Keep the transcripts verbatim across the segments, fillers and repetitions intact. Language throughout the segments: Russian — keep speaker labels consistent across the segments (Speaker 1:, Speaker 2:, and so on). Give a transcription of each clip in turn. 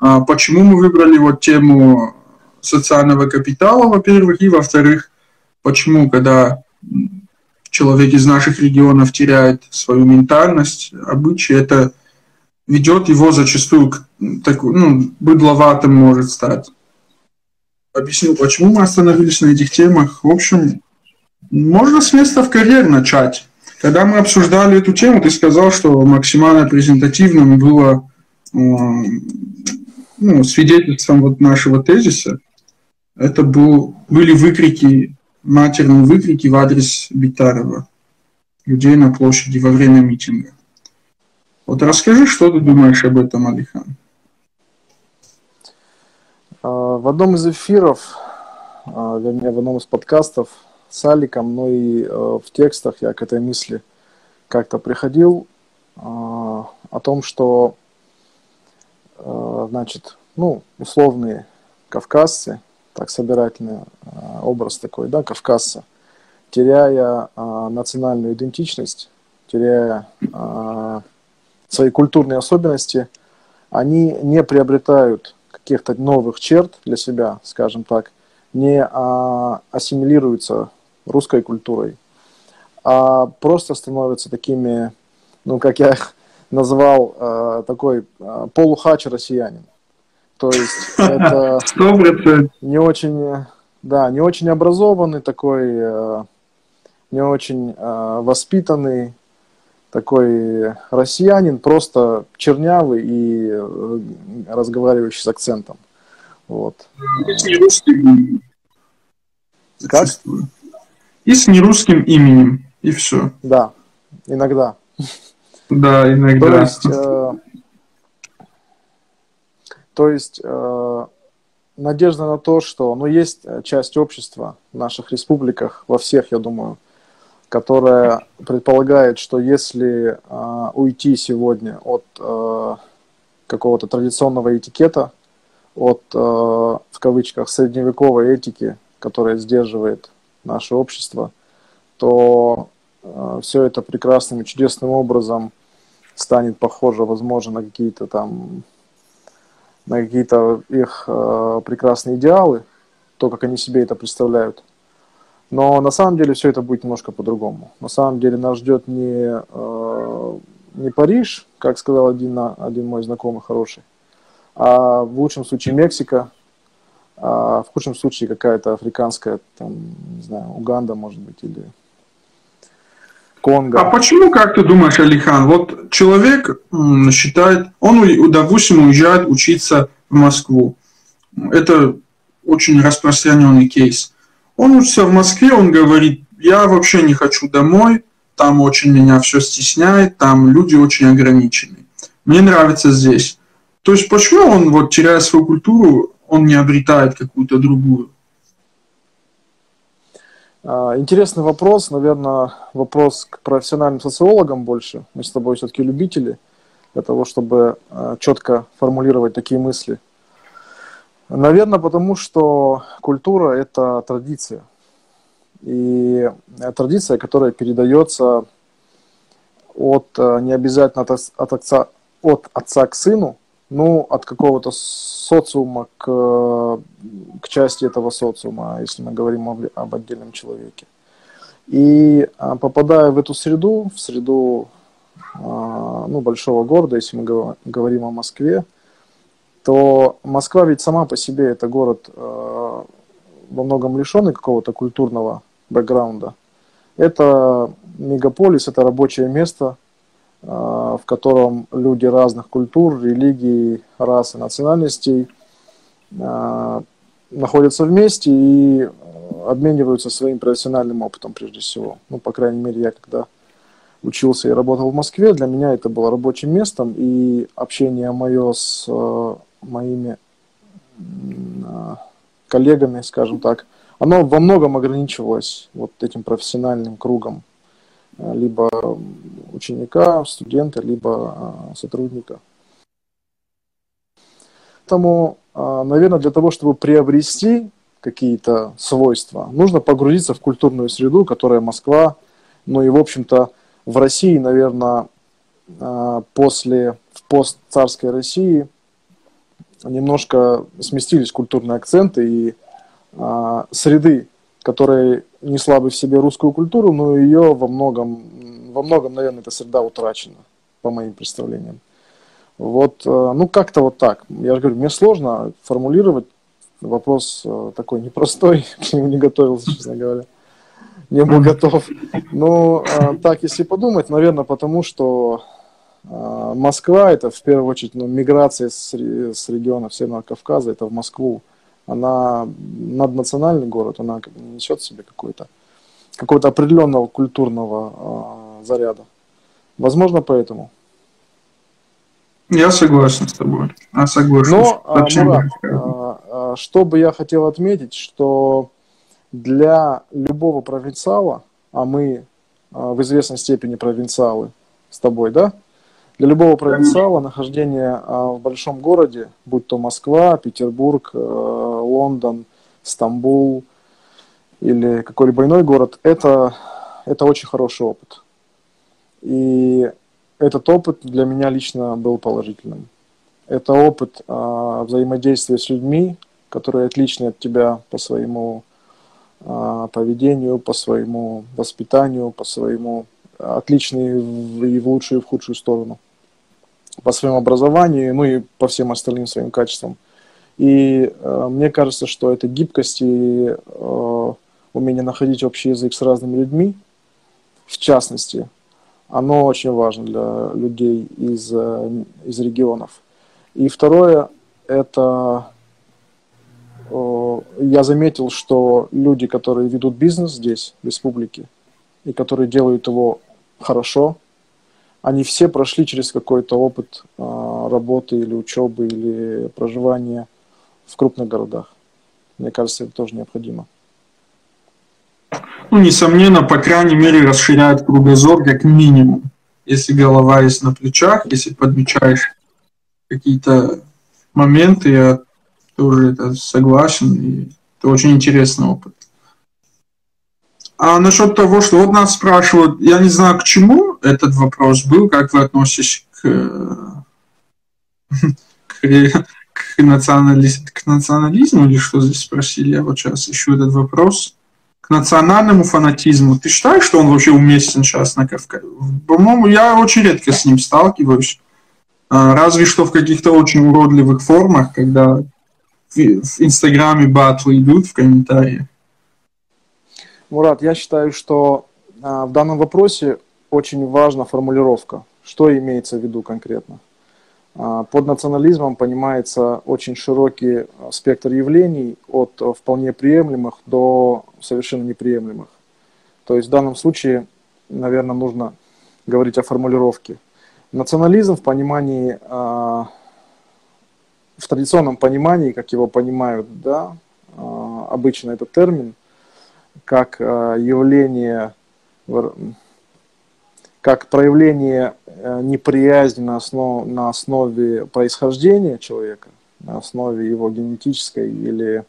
Speaker 1: Почему мы выбрали вот тему социального капитала, во-первых, и во-вторых, почему, когда человек из наших регионов теряет свою ментальность, обычаи, это ведет его зачастую к такой, ну, быдловатым может стать. Объясню, почему мы остановились на этих темах. В общем, можно с места в карьер начать. Когда мы обсуждали эту тему, ты сказал, что максимально презентативным было э, ну, свидетельством вот нашего тезиса. Это был, были выкрики, матерные выкрики в адрес Битарова, людей на площади во время митинга. Вот расскажи, что ты думаешь об этом, Алихан?
Speaker 2: В одном из эфиров, вернее, в одном из подкастов с Аликом, ну и в текстах я к этой мысли как-то приходил о том, что, значит, ну, условные кавказцы, так собирательный образ такой, да, кавказца, теряя национальную идентичность, теряя свои культурные особенности, они не приобретают каких-то новых черт для себя, скажем так, не а, ассимилируются русской культурой, а просто становятся такими, ну, как я их назвал, а, такой а, полухач-россиянин. То есть это не очень, да, не очень образованный такой, а, не очень а, воспитанный такой россиянин, просто чернявый и разговаривающий с акцентом. Вот.
Speaker 1: И с нерусским
Speaker 2: Как?
Speaker 1: И с нерусским именем, и все.
Speaker 2: Да, иногда.
Speaker 1: Да, иногда.
Speaker 2: То есть, э, то есть э, надежда на то, что, ну, есть часть общества в наших республиках, во всех, я думаю, которая предполагает, что если э, уйти сегодня от э, какого-то традиционного этикета, от, э, в кавычках, средневековой этики, которая сдерживает наше общество, то э, все это прекрасным и чудесным образом станет похоже, возможно, на какие-то там, на какие-то их э, прекрасные идеалы, то, как они себе это представляют. Но на самом деле все это будет немножко по-другому. На самом деле нас ждет не, э, не Париж, как сказал один, один мой знакомый хороший, а в лучшем случае Мексика, а в худшем случае какая-то африканская, там, не знаю, Уганда, может быть, или Конго.
Speaker 1: А почему, как ты думаешь, Алихан, вот человек м, считает, он, допустим, уезжает учиться в Москву. Это очень распространенный кейс. Он учится в Москве, он говорит, я вообще не хочу домой, там очень меня все стесняет, там люди очень ограничены. Мне нравится здесь. То есть почему он, вот, теряя свою культуру, он не обретает какую-то другую?
Speaker 2: Интересный вопрос, наверное, вопрос к профессиональным социологам больше. Мы с тобой все-таки любители для того, чтобы четко формулировать такие мысли. Наверное, потому что культура – это традиция. И традиция, которая передается от, не обязательно от, от, отца, от отца к сыну, ну, от какого-то социума к, к части этого социума, если мы говорим об, об отдельном человеке. И попадая в эту среду, в среду ну, большого города, если мы говорим о Москве, то Москва ведь сама по себе это город э, во многом лишенный какого-то культурного бэкграунда. Это мегаполис, это рабочее место, э, в котором люди разных культур, религий, рас и национальностей э, находятся вместе и обмениваются своим профессиональным опытом прежде всего. Ну, по крайней мере, я когда учился и работал в Москве, для меня это было рабочим местом, и общение мое с э, моими коллегами, скажем так, оно во многом ограничивалось вот этим профессиональным кругом либо ученика, студента, либо сотрудника. Поэтому, наверное, для того, чтобы приобрести какие-то свойства, нужно погрузиться в культурную среду, которая Москва, ну и, в общем-то, в России, наверное, после, в постцарской России, немножко сместились культурные акценты и э, среды, которая несла бы в себе русскую культуру, но ее во многом, во многом, наверное, эта среда утрачена, по моим представлениям. Вот, ну, как-то вот так. Я же говорю, мне сложно формулировать. Вопрос такой непростой, к нему не готовился, честно говоря. Не был готов. Но так, если подумать, наверное, потому что Москва, это в первую очередь, ну, миграция с, с регионов Северного Кавказа, это в Москву. Она наднациональный город, она несет в себе какой-то какого-то определенного культурного заряда. Возможно, поэтому.
Speaker 1: Я согласен с тобой. Я согласен.
Speaker 2: Но, Мурат, что бы я хотел отметить, что для любого провинциала, а мы в известной степени провинциалы с тобой, да? Для любого провинциала нахождение в большом городе, будь то Москва, Петербург, Лондон, Стамбул или какой-либо иной город, это, это очень хороший опыт. И этот опыт для меня лично был положительным. Это опыт а, взаимодействия с людьми, которые отличны от тебя по своему а, поведению, по своему воспитанию, по своему отличные и в лучшую, и в худшую сторону, по своему образованию, ну и по всем остальным своим качествам. И а, мне кажется, что эта гибкость и а, умение находить общий язык с разными людьми, в частности, оно очень важно для людей из, из регионов. И второе, это я заметил, что люди, которые ведут бизнес здесь, в республике, и которые делают его хорошо, они все прошли через какой-то опыт работы или учебы, или проживания в крупных городах. Мне кажется, это тоже необходимо.
Speaker 1: Ну, несомненно, по крайней мере, расширяет кругозор как минимум. Если голова есть на плечах, если подмечаешь какие-то моменты, я тоже это согласен, и это очень интересный опыт. А насчет того, что вот нас спрашивают, я не знаю, к чему этот вопрос был, как вы относитесь к, к, к, национализму, к национализму, или что здесь спросили, я вот сейчас ищу этот вопрос. К национальному фанатизму. Ты считаешь, что он вообще уместен сейчас на Кавказе? По-моему, я очень редко с ним сталкиваюсь. Разве что в каких-то очень уродливых формах, когда в Инстаграме батлы идут в комментариях.
Speaker 2: Мурат, я считаю, что в данном вопросе очень важна формулировка. Что имеется в виду конкретно? Под национализмом понимается очень широкий спектр явлений, от вполне приемлемых до совершенно неприемлемых. То есть в данном случае, наверное, нужно говорить о формулировке. Национализм в понимании, в традиционном понимании, как его понимают, да, обычно этот термин, как явление, как проявление неприязни на основе, на основе происхождения человека, на основе его генетической или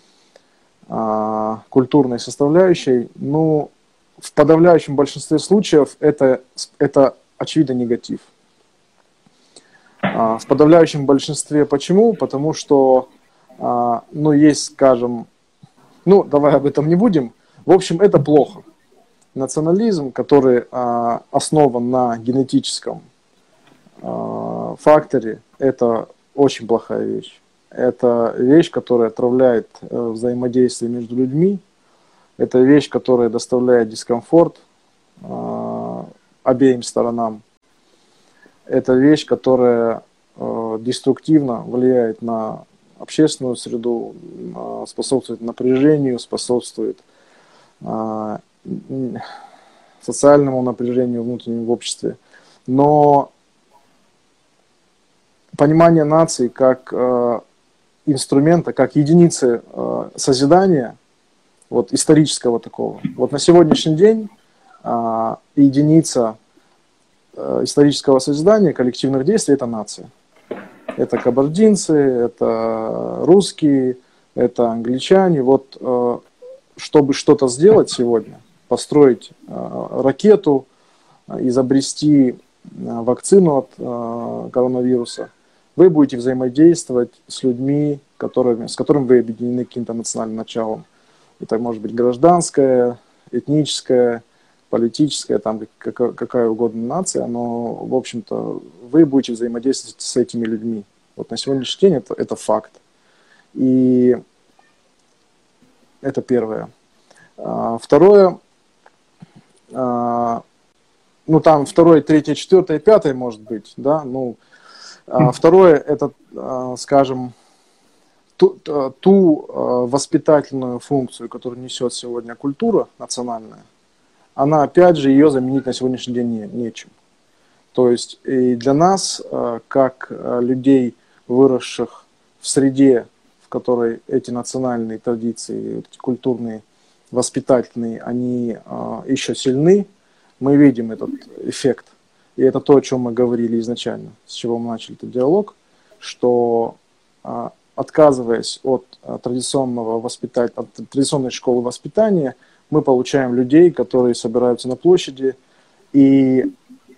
Speaker 2: а, культурной составляющей, ну, в подавляющем большинстве случаев это, это очевидно негатив. А, в подавляющем большинстве почему? Потому что, а, ну, есть, скажем, ну, давай об этом не будем, в общем, это плохо. Национализм, который а, основан на генетическом а, факторе, это очень плохая вещь. Это вещь, которая отравляет а, взаимодействие между людьми. Это вещь, которая доставляет дискомфорт а, обеим сторонам. Это вещь, которая а, деструктивно влияет на общественную среду, а, способствует напряжению, способствует а, социальному напряжению внутреннему в обществе. Но понимание нации как э, инструмента, как единицы э, созидания, вот исторического такого. Вот на сегодняшний день э, единица э, исторического созидания, коллективных действий – это нация. Это кабардинцы, это русские, это англичане. Вот э, чтобы что-то сделать сегодня, построить э, ракету, изобрести э, вакцину от э, коронавируса, вы будете взаимодействовать с людьми, которыми, с которыми вы объединены каким-то национальным началом. Это может быть гражданское, этническое, политическая, там какая, какая угодно нация, но, в общем-то, вы будете взаимодействовать с этими людьми. Вот на сегодняшний день это, это факт. И это первое. А, второе, а, ну там второе, третье, четвертое, пятое может быть, да, ну, а, второе, это, а, скажем, ту, ту а, воспитательную функцию, которую несет сегодня культура национальная, она, опять же, ее заменить на сегодняшний день не, нечем. То есть и для нас, как людей, выросших в среде, в которой эти национальные традиции, эти культурные, воспитательные, они еще сильны, мы видим этот эффект. И это то, о чем мы говорили изначально, с чего мы начали этот диалог, что, отказываясь от традиционного воспитания, от традиционной школы воспитания, мы получаем людей, которые собираются на площади и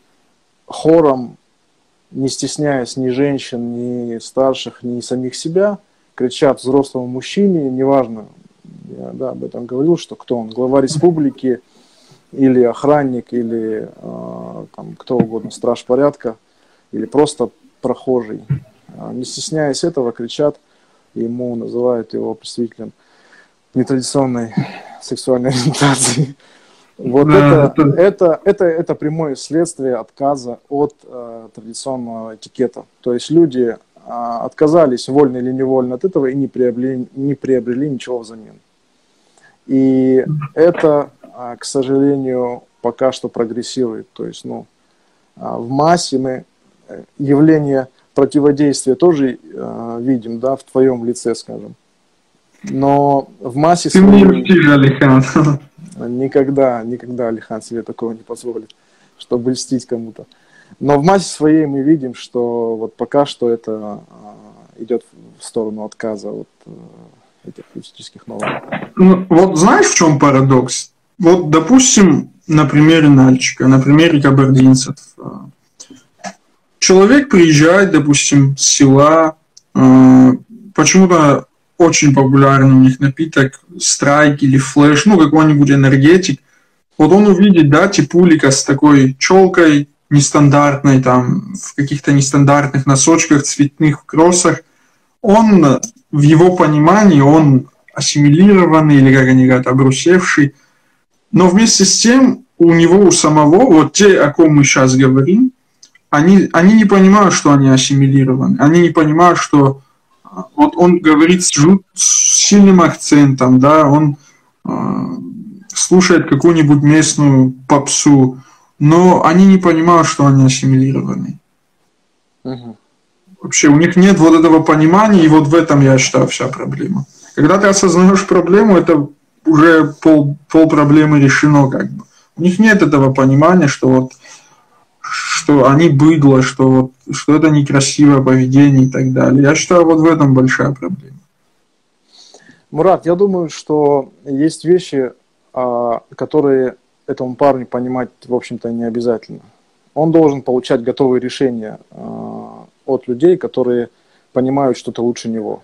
Speaker 2: хором, не стесняясь ни женщин, ни старших, ни самих себя, кричат взрослому мужчине, неважно, я да, об этом говорил, что кто он, глава республики, или охранник, или э, там, кто угодно, страж порядка, или просто прохожий. Не стесняясь этого, кричат, ему называют его представителем нетрадиционной сексуальной ориентации. Вот да, это, это... Это, это, это прямое следствие отказа от э, традиционного этикета. То есть люди э, отказались вольно или невольно от этого и не приобрели, не приобрели ничего взамен. И это, э, к сожалению, пока что прогрессирует. То есть, ну, э, в массе мы явление противодействия тоже э, видим, да, в твоем лице, скажем. Но в массе
Speaker 1: Ты
Speaker 2: своей...
Speaker 1: мне льстишь, Алихан.
Speaker 2: Никогда, никогда Алихан себе такого не позволит, чтобы льстить кому-то. Но в массе своей мы видим, что вот пока что это э, идет в сторону отказа от э, этих политических норм.
Speaker 1: Ну, вот знаешь, в чем парадокс? Вот, допустим, на примере Нальчика, на примере кабардинцев. Человек приезжает, допустим, с села, э, почему-то очень популярный у них напиток, страйк или флэш, ну, какой-нибудь энергетик. Вот он увидит, да, типулика с такой челкой нестандартной, там, в каких-то нестандартных носочках, цветных кроссах. Он, в его понимании, он ассимилированный, или, как они говорят, обрусевший. Но вместе с тем, у него, у самого, вот те, о ком мы сейчас говорим, они, они не понимают, что они ассимилированы. Они не понимают, что вот он говорит с, с сильным акцентом, да, он э, слушает какую-нибудь местную попсу, но они не понимают, что они ассимилированы.
Speaker 2: Угу.
Speaker 1: Вообще у них нет вот этого понимания, и вот в этом, я считаю, вся проблема. Когда ты осознаешь проблему, это уже пол, пол проблемы решено, как бы. У них нет этого понимания, что вот что они быдло, что, вот, что это некрасивое поведение и так далее. Я считаю, вот в этом большая проблема.
Speaker 2: Мурат, я думаю, что есть вещи, которые этому парню понимать, в общем-то, не обязательно. Он должен получать готовые решения от людей, которые понимают что-то лучше него.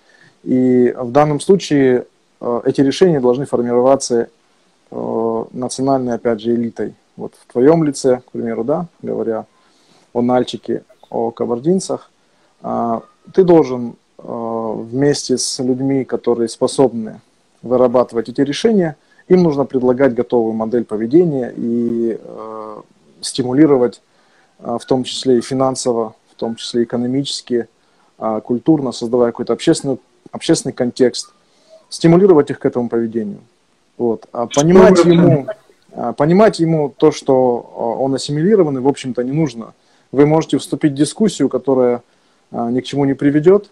Speaker 2: И в данном случае эти решения должны формироваться национальной, опять же, элитой. Вот в твоем лице, к примеру, да, говоря о Нальчике, о кабардинцах, ты должен вместе с людьми, которые способны вырабатывать эти решения, им нужно предлагать готовую модель поведения и стимулировать, в том числе и финансово, в том числе и экономически, культурно, создавая какой-то общественный, общественный контекст, стимулировать их к этому поведению. Вот. А понимать ему... Понимать ему то, что он ассимилированный, в общем-то, не нужно. Вы можете вступить в дискуссию, которая ни к чему не приведет,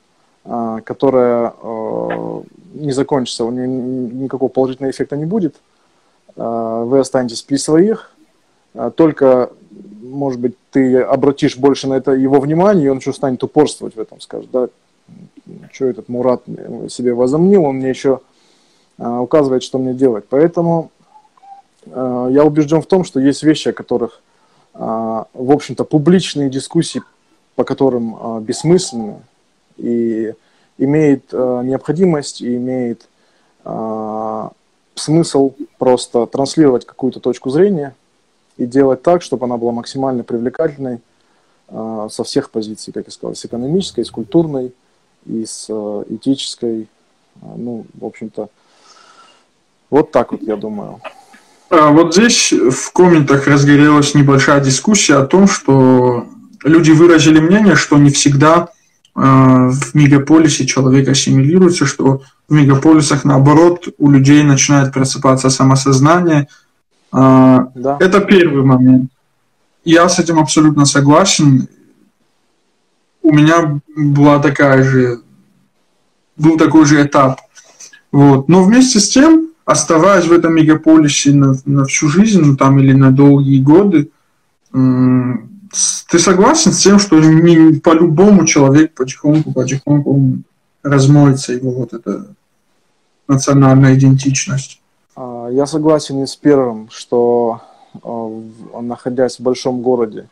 Speaker 2: которая не закончится, у нее никакого положительного эффекта не будет. Вы останетесь при своих, только, может быть, ты обратишь больше на это его внимание, и он еще станет упорствовать в этом, скажет, да, что этот Мурат себе возомнил, он мне еще указывает, что мне делать. Поэтому я убежден в том, что есть вещи, о которых, в общем-то, публичные дискуссии по которым бессмысленно, и имеет необходимость, и имеет смысл просто транслировать какую-то точку зрения и делать так, чтобы она была максимально привлекательной со всех позиций, как я сказал, с экономической, с культурной и с этической. Ну, в общем-то, вот так вот, я думаю.
Speaker 1: А вот здесь в комментах разгорелась небольшая дискуссия о том, что люди выразили мнение, что не всегда э, в мегаполисе человек ассимилируется, что в мегаполисах, наоборот, у людей начинает просыпаться самосознание. Э,
Speaker 2: да.
Speaker 1: Это первый момент. Я с этим абсолютно согласен. У меня была такая же, был такой же этап. Вот. Но вместе с тем, оставаясь в этом мегаполисе на, на всю жизнь, ну, там, или на долгие годы, ты согласен с тем, что не, по-любому человек потихоньку, потихоньку размоется его вот эта национальная идентичность?
Speaker 2: Я согласен и с первым, что, находясь в большом городе,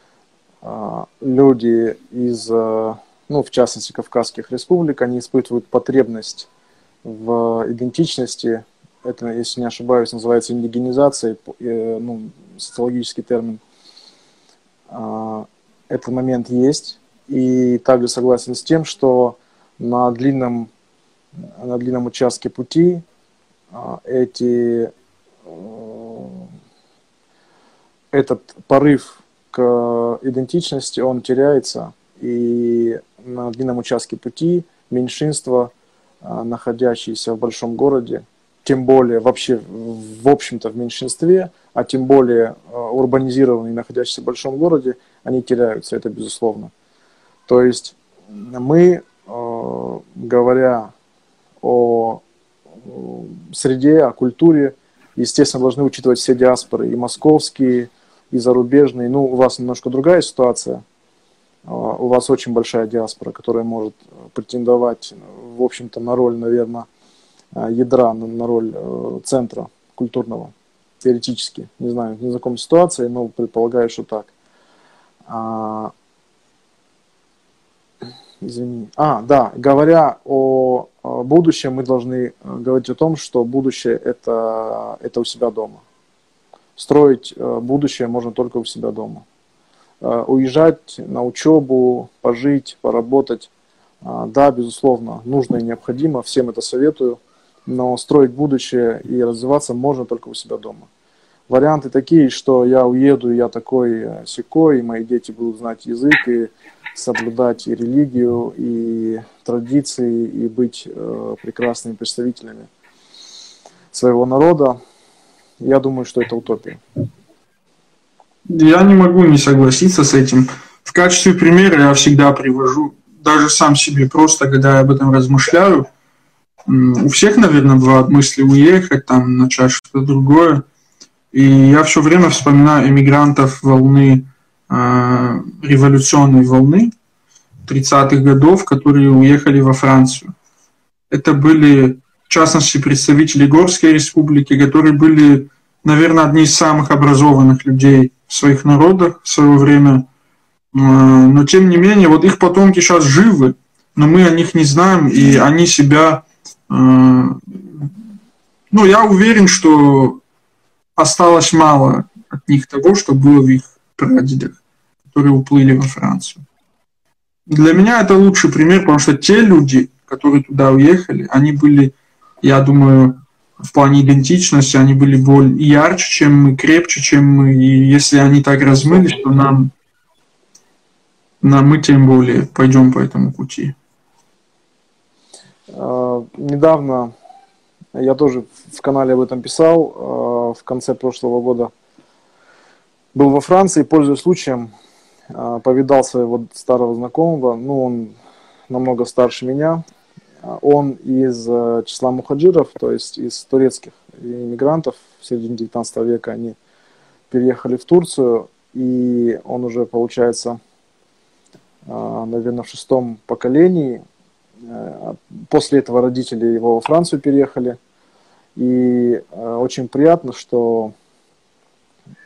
Speaker 2: люди из, ну, в частности, Кавказских республик, они испытывают потребность в идентичности. Это, если не ошибаюсь, называется индигенизацией, ну, социологический термин. Этот момент есть. И также согласен с тем, что на длинном, на длинном участке пути эти, этот порыв к идентичности, он теряется. И на длинном участке пути меньшинство, находящиеся в большом городе, тем более вообще, в общем-то, в меньшинстве, а тем более урбанизированные, находящиеся в большом городе, они теряются, это безусловно. То есть мы, говоря о среде, о культуре, естественно, должны учитывать все диаспоры, и московские, и зарубежные. Ну, у вас немножко другая ситуация. У вас очень большая диаспора, которая может претендовать, в общем-то, на роль, наверное, ядра, на роль центра культурного, теоретически. Не знаю, не знаком с ситуацией, но предполагаю, что так. А, извини. А, да, говоря о, о будущем, мы должны говорить о том, что будущее это, это у себя дома. Строить будущее можно только у себя дома. Уезжать на учебу, пожить, поработать, да, безусловно, нужно и необходимо, всем это советую, но строить будущее и развиваться можно только у себя дома. Варианты такие, что я уеду, я такой сякой, и мои дети будут знать язык, и соблюдать и религию, и традиции, и быть э, прекрасными представителями своего народа. Я думаю, что это утопия.
Speaker 1: Я не могу не согласиться с этим. В качестве примера я всегда привожу, даже сам себе просто, когда я об этом размышляю, у всех, наверное, бывают мысли уехать, там, начать что-то другое. И я все время вспоминаю эмигрантов волны, э, революционной волны тридцатых годов, которые уехали во Францию. Это были, в частности, представители Горской республики, которые были, наверное, одни из самых образованных людей в своих народах в свое время. Но, тем не менее, вот их потомки сейчас живы, но мы о них не знаем, и они себя... Ну, я уверен, что осталось мало от них того, что было в их прадедах, которые уплыли во Францию. Для меня это лучший пример, потому что те люди, которые туда уехали, они были, я думаю, в плане идентичности, они были более ярче, чем мы, крепче, чем мы. И если они так размылись, то нам, нам мы тем более пойдем по этому пути.
Speaker 2: Недавно я тоже в канале об этом писал, в конце прошлого года был во Франции, пользуясь случаем, повидал своего старого знакомого, ну, он намного старше меня, он из числа мухаджиров, то есть из турецких иммигрантов в середине девятнадцатого века, они переехали в Турцию, и он уже, получается, наверное, в шестом поколении. После этого родители его во Францию переехали. И очень приятно, что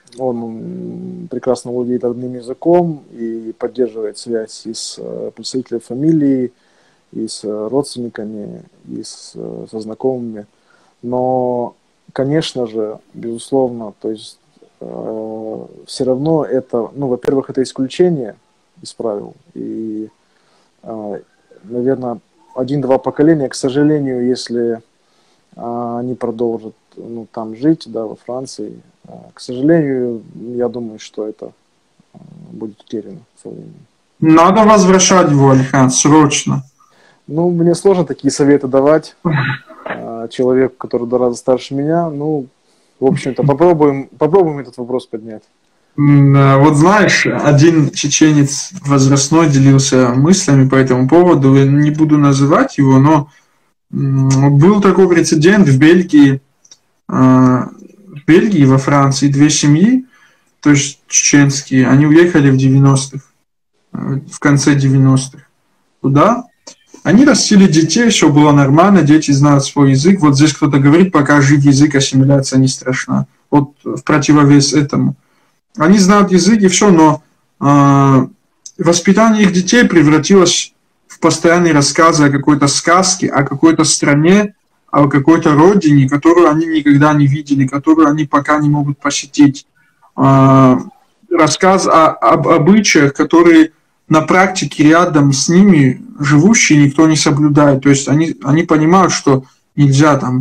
Speaker 2: Он прекрасно владеет родным языком и поддерживает связь и с представителями фамилии, и с родственниками, и с, со знакомыми. Но, конечно же, безусловно, то есть э, все равно это, ну, во-первых, это исключение из правил. И, э, наверное, один-два поколения, к сожалению, если э, они продолжат, ну, там жить, да, во Франции, э, к сожалению, я думаю, что это э, будет утеряно со временем.
Speaker 1: Надо возвращать его, Алихан, срочно.
Speaker 2: Ну, мне сложно такие советы давать человеку, который в два раза старше меня. Ну, в общем-то, попробуем, попробуем этот вопрос поднять.
Speaker 1: Вот знаешь, один чеченец возрастной делился мыслями по этому поводу. Я не буду называть его, но был такой прецедент в Бельгии, в Бельгии, во Франции, две семьи, то есть чеченские, они уехали в девяностых, в конце девяностых туда. Они растили детей, все было нормально, дети знают свой язык. Вот здесь кто-то говорит, пока жив язык, ассимиляция не страшна. Вот в противовес этому. Они знают язык и все, но э, воспитание их детей превратилось в постоянные рассказы о какой-то сказке, о какой-то стране, о какой-то родине, которую они никогда не видели, которую они пока не могут посетить. Э, рассказ о, об обычаях, которые на практике рядом с ними живущие никто не соблюдает. То есть они, они понимают, что нельзя там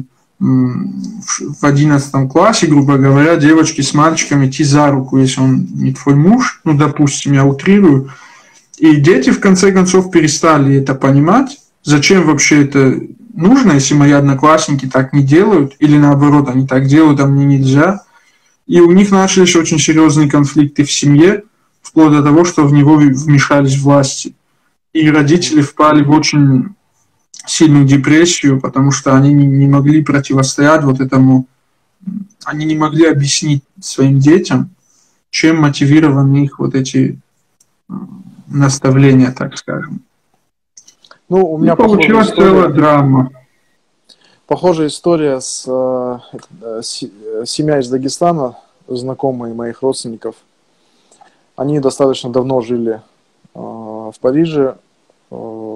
Speaker 1: в одиннадцатом классе, грубо говоря, девочки с мальчиком идти за руку, если он не твой муж, ну, допустим, я утрирую. И дети, в конце концов, перестали это понимать. Зачем вообще это нужно, если мои одноклассники так не делают, или наоборот, они так делают, а мне нельзя. И у них начались очень серьезные конфликты в семье, вплоть до того, что в него вмешались власти. И родители впали в очень сильную депрессию, потому что они не могли противостоять вот этому, они не могли объяснить своим детям, чем мотивированы их вот эти наставления, так скажем.
Speaker 2: Ну, у меня
Speaker 1: получилась целая драма.
Speaker 2: Похожая история с, э, с семья из Дагестана, знакомые моих родственников. Они достаточно давно жили э, в Париже. Э,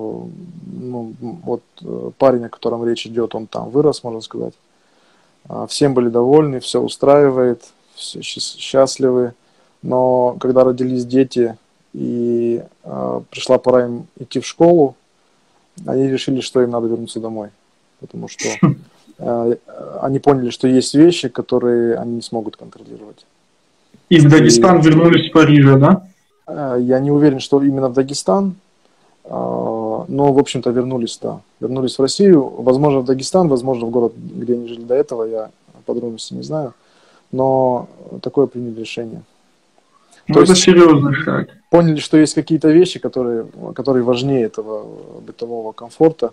Speaker 2: ну, вот э, парень, о котором речь идет, он там вырос, можно сказать. Э, всем были довольны, все устраивает, все счастливы. Но когда родились дети и э, пришла пора им идти в школу, они решили, что им надо вернуться домой. Потому что э, они поняли, что есть вещи, которые они не смогут контролировать.
Speaker 1: И в Дагестан и, вернулись в Париже, да?
Speaker 2: Э, я не уверен, что именно в Дагестан, э, но, в общем-то, вернулись, да. Вернулись в Россию, возможно, в Дагестан, возможно, в город, где они жили до этого, я подробности не знаю. Но такое приняли решение.
Speaker 1: Ну, это есть, серьезный шаг.
Speaker 2: Поняли, что есть какие-то вещи, которые, которые важнее этого бытового комфорта.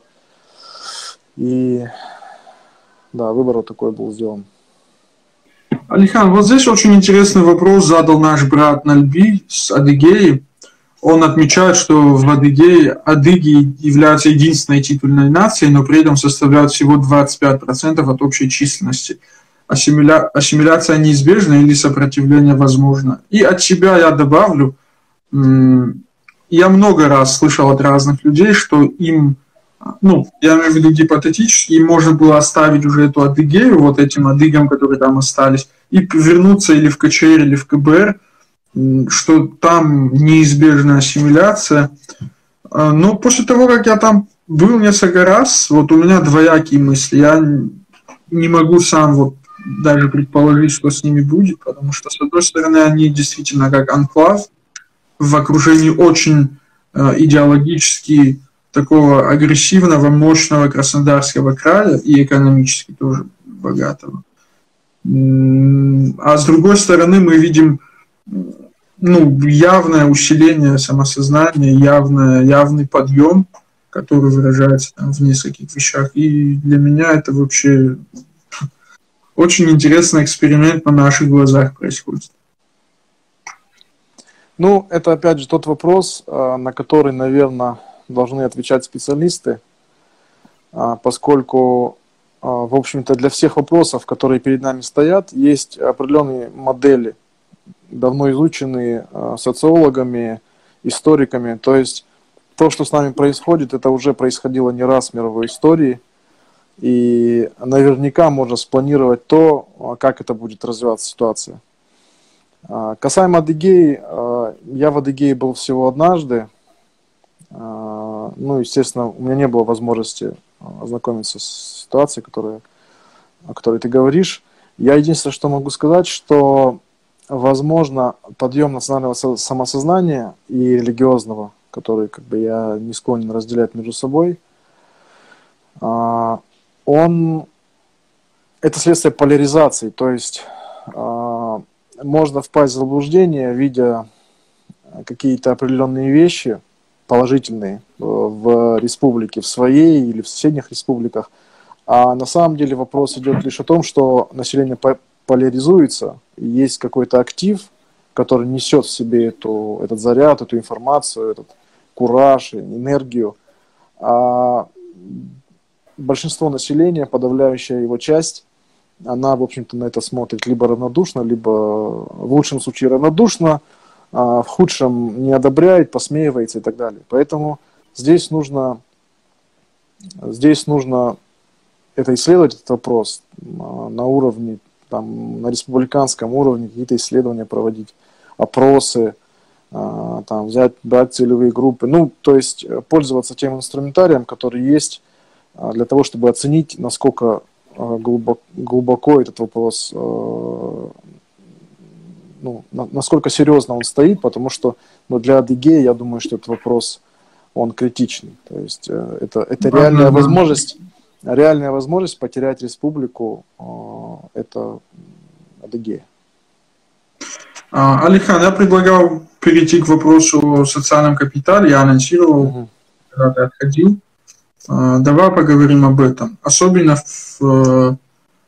Speaker 2: И да, выбор вот такой был сделан.
Speaker 1: Алихан, вот здесь очень интересный вопрос задал наш брат Нальби с Адыгеи. Он отмечает, что в Адыгее адыги являются единственной титульной нацией, но при этом составляют всего двадцать пять процентов от общей численности. Ассимиля... Ассимиляция неизбежна или сопротивление возможно? И от себя я добавлю, я много раз слышал от разных людей, что им, ну, я имею в виду гипотетически, им можно было оставить уже эту Адыгею, вот этим адыгам, которые там остались, и вернуться или в ка че эр, или в ка бэ эр, что там неизбежная ассимиляция. Но после того, как я там был несколько раз, вот у меня двоякие мысли. Я не могу сам вот даже предположить, что с ними будет, потому что, с одной стороны, они действительно как анклав в окружении очень э, идеологически такого агрессивного, мощного Краснодарского края и экономически тоже богатого. А с другой стороны, мы видим ну, явное усиление самосознания, явное, явный подъем, который выражается там, в нескольких вещах. И для меня это вообще очень интересный эксперимент на наших глазах происходит.
Speaker 2: Ну, это опять же тот вопрос, на который, наверное, должны отвечать специалисты, поскольку, в общем-то, для всех вопросов, которые перед нами стоят, есть определенные модели давно изучены социологами, историками. То есть то, что с нами происходит, это уже происходило не раз в мировой истории. И наверняка можно спланировать то, как это будет развиваться ситуация. Касаемо Адыгеи, я в Адыгее был всего однажды. Ну, естественно, у меня не было возможности ознакомиться с ситуацией, которая, о которой ты говоришь. Я единственное, что могу сказать, что, возможно, подъем национального самосознания и религиозного, который как бы я не склонен разделять между собой, он, это следствие поляризации, то есть э, можно впасть в заблуждение, видя какие-то определенные вещи положительные в республике, в своей или в соседних республиках, а на самом деле вопрос идет лишь о том, что население поляризуется, и есть какой-то актив, который несет в себе эту, этот заряд, эту информацию, этот кураж, энергию, а большинство населения, подавляющая его часть, она, в общем-то, на это смотрит либо равнодушно, либо в лучшем случае равнодушно, а в худшем не одобряет, посмеивается и так далее. Поэтому здесь нужно, здесь нужно это исследовать, этот вопрос на уровне, там, на республиканском уровне, какие-то исследования проводить, опросы, там, взять, брать целевые группы, ну, то есть пользоваться тем инструментарием, который есть, для того, чтобы оценить, насколько глубоко, глубоко этот вопрос, ну, насколько серьезно он стоит, потому что, ну, для Адыгеи, я думаю, что этот вопрос, он критичный. То есть это, это реальная возможность, реальная возможность потерять республику, это Адыгея.
Speaker 1: Алихан, я предлагал перейти к вопросу о социальном капитале, я анонсировал, угу. когда ты отходил. Давай поговорим об этом. Особенно в, в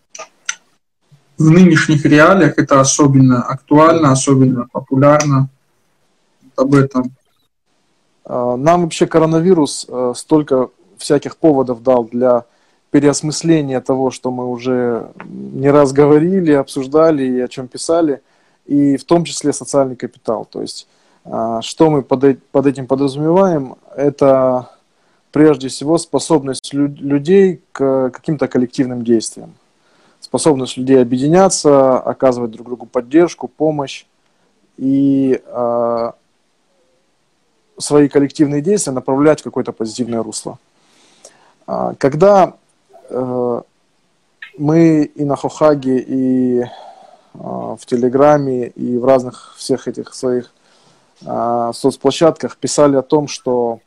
Speaker 1: нынешних реалиях это особенно актуально, особенно популярно. Об этом.
Speaker 2: Нам вообще коронавирус столько всяких поводов дал для переосмысления того, что мы уже не раз говорили, обсуждали и о чем писали, и в том числе социальный капитал. То есть, что мы под, под этим подразумеваем, это прежде всего способность людей к каким-то коллективным действиям. Способность людей объединяться, оказывать друг другу поддержку, помощь и э, свои коллективные действия направлять в какое-то позитивное русло. Когда э, мы и на Хохаге, и э, в Телеграме, и в разных всех этих своих э, соцплощадках писали о том, что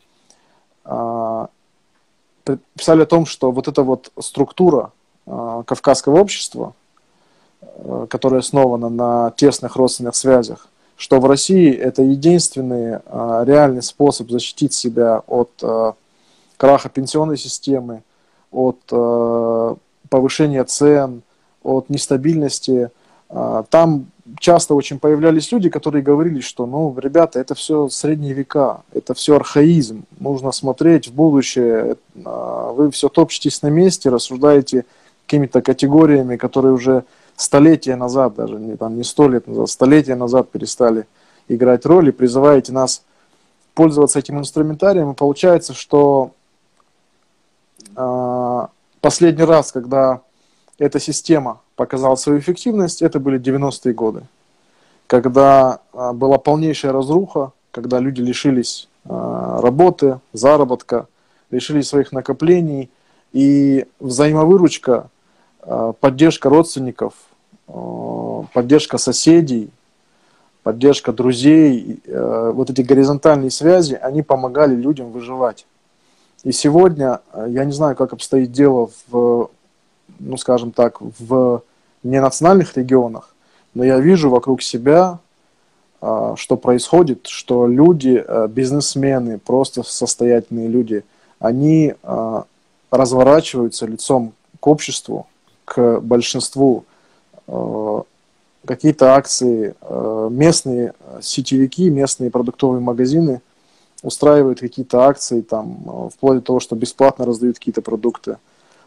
Speaker 2: писали о том, что вот эта вот структура э, кавказского общества, э, которая основана на тесных родственных связях, что в России это единственный э, реальный способ защитить себя от э, краха пенсионной системы, от э, повышения цен, от нестабильности. Э, там часто очень появлялись люди, которые говорили, что, ну, ребята, это все средние века, это все архаизм, нужно смотреть в будущее, вы все топчетесь на месте, рассуждаете какими-то категориями, которые уже столетия назад, даже не, там, не сто лет назад, столетия назад перестали играть роль, и призываете нас пользоваться этим инструментарием, и получается, что э, последний раз, когда эта система показала свою эффективность, это были девяностые годы, когда а, была полнейшая разруха, когда люди лишились а, работы, заработка, лишились своих накоплений, и взаимовыручка, а, поддержка родственников, а, поддержка соседей, поддержка друзей, а, вот эти горизонтальные связи, они помогали людям выживать. И сегодня, я не знаю, как обстоит дело в, ну, скажем так, в ненациональных регионах, но я вижу вокруг себя, что происходит, что люди, бизнесмены, просто состоятельные люди, они разворачиваются лицом к обществу, к большинству. Какие-то акции, местные сетевики, местные продуктовые магазины устраивают какие-то акции, там, вплоть до того, что бесплатно раздают какие-то продукты.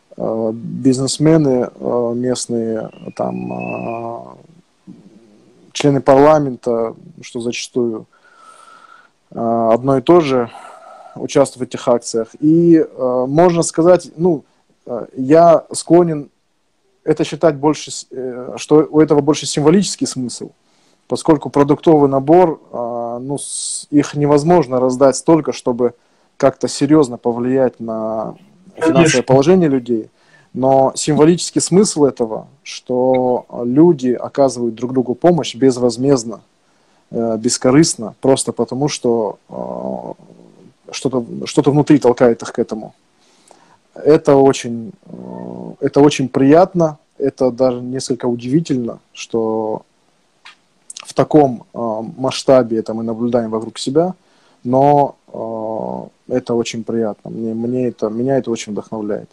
Speaker 2: Бизнесмены местные там члены парламента, что зачастую одно и то же, участвуют в этих акциях. И можно сказать, ну, я склонен это считать больше, что у этого больше символический смысл, поскольку продуктовый набор, ну, их невозможно раздать столько, чтобы как-то серьезно повлиять на финансовое положение людей. Но символический смысл этого, что люди оказывают друг другу помощь безвозмездно, бескорыстно, просто потому что что-то, что-то внутри толкает их к этому. Это очень, это очень приятно, это даже несколько удивительно, что в таком масштабе это мы наблюдаем вокруг себя, но это очень приятно, мне, мне это, меня это очень вдохновляет.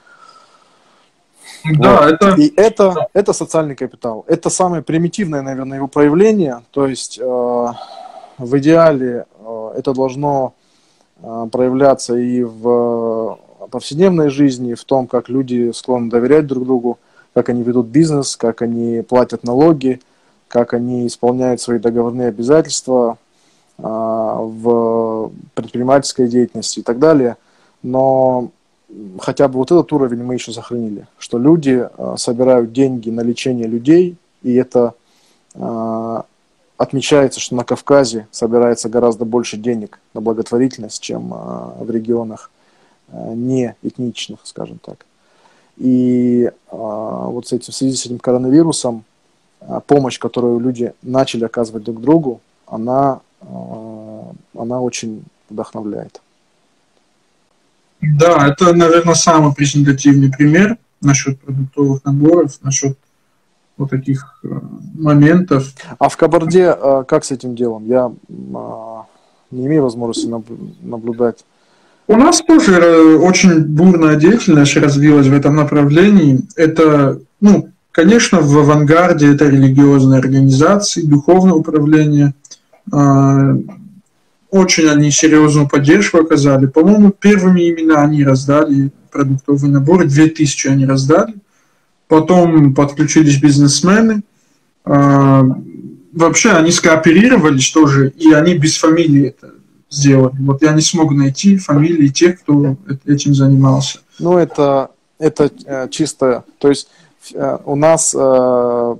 Speaker 1: Да,
Speaker 2: вот.
Speaker 1: это...
Speaker 2: И это, это социальный капитал. Это самое примитивное, наверное, его проявление. То есть э, в идеале э, это должно э, проявляться и в повседневной жизни, в том, как люди склонны доверять друг другу, как они ведут бизнес, как они платят налоги, как они исполняют свои договорные обязательства э, в предпринимательской деятельности и так далее. Но хотя бы вот этот уровень мы еще сохранили, что люди э, собирают деньги на лечение людей, и это э, отмечается, что на Кавказе собирается гораздо больше денег на благотворительность, чем э, в регионах э, не этничных, скажем так. И э, вот с этим, в связи с этим коронавирусом э, помощь, которую люди начали оказывать друг другу, она, э, она очень вдохновляет.
Speaker 1: Да, это, наверное, самый презентативный пример насчет продуктовых наборов, насчет вот таких э, моментов.
Speaker 2: А в Кабарде э, как с этим делом? Я э, не имею возможности наблюдать.
Speaker 1: У нас тоже э, очень бурная деятельность развилась в этом направлении. Это, ну, конечно, в авангарде это религиозные организации, духовное управление. Э, Очень они серьезную поддержку оказали. По-моему, первыми именно они раздали продуктовый набор. Две тысячи они раздали. Потом подключились бизнесмены. А, вообще они скооперировались тоже, и они без фамилии это сделали. Вот я не смог найти фамилии тех, кто этим занимался.
Speaker 2: Ну, это, это чисто... То есть у нас э,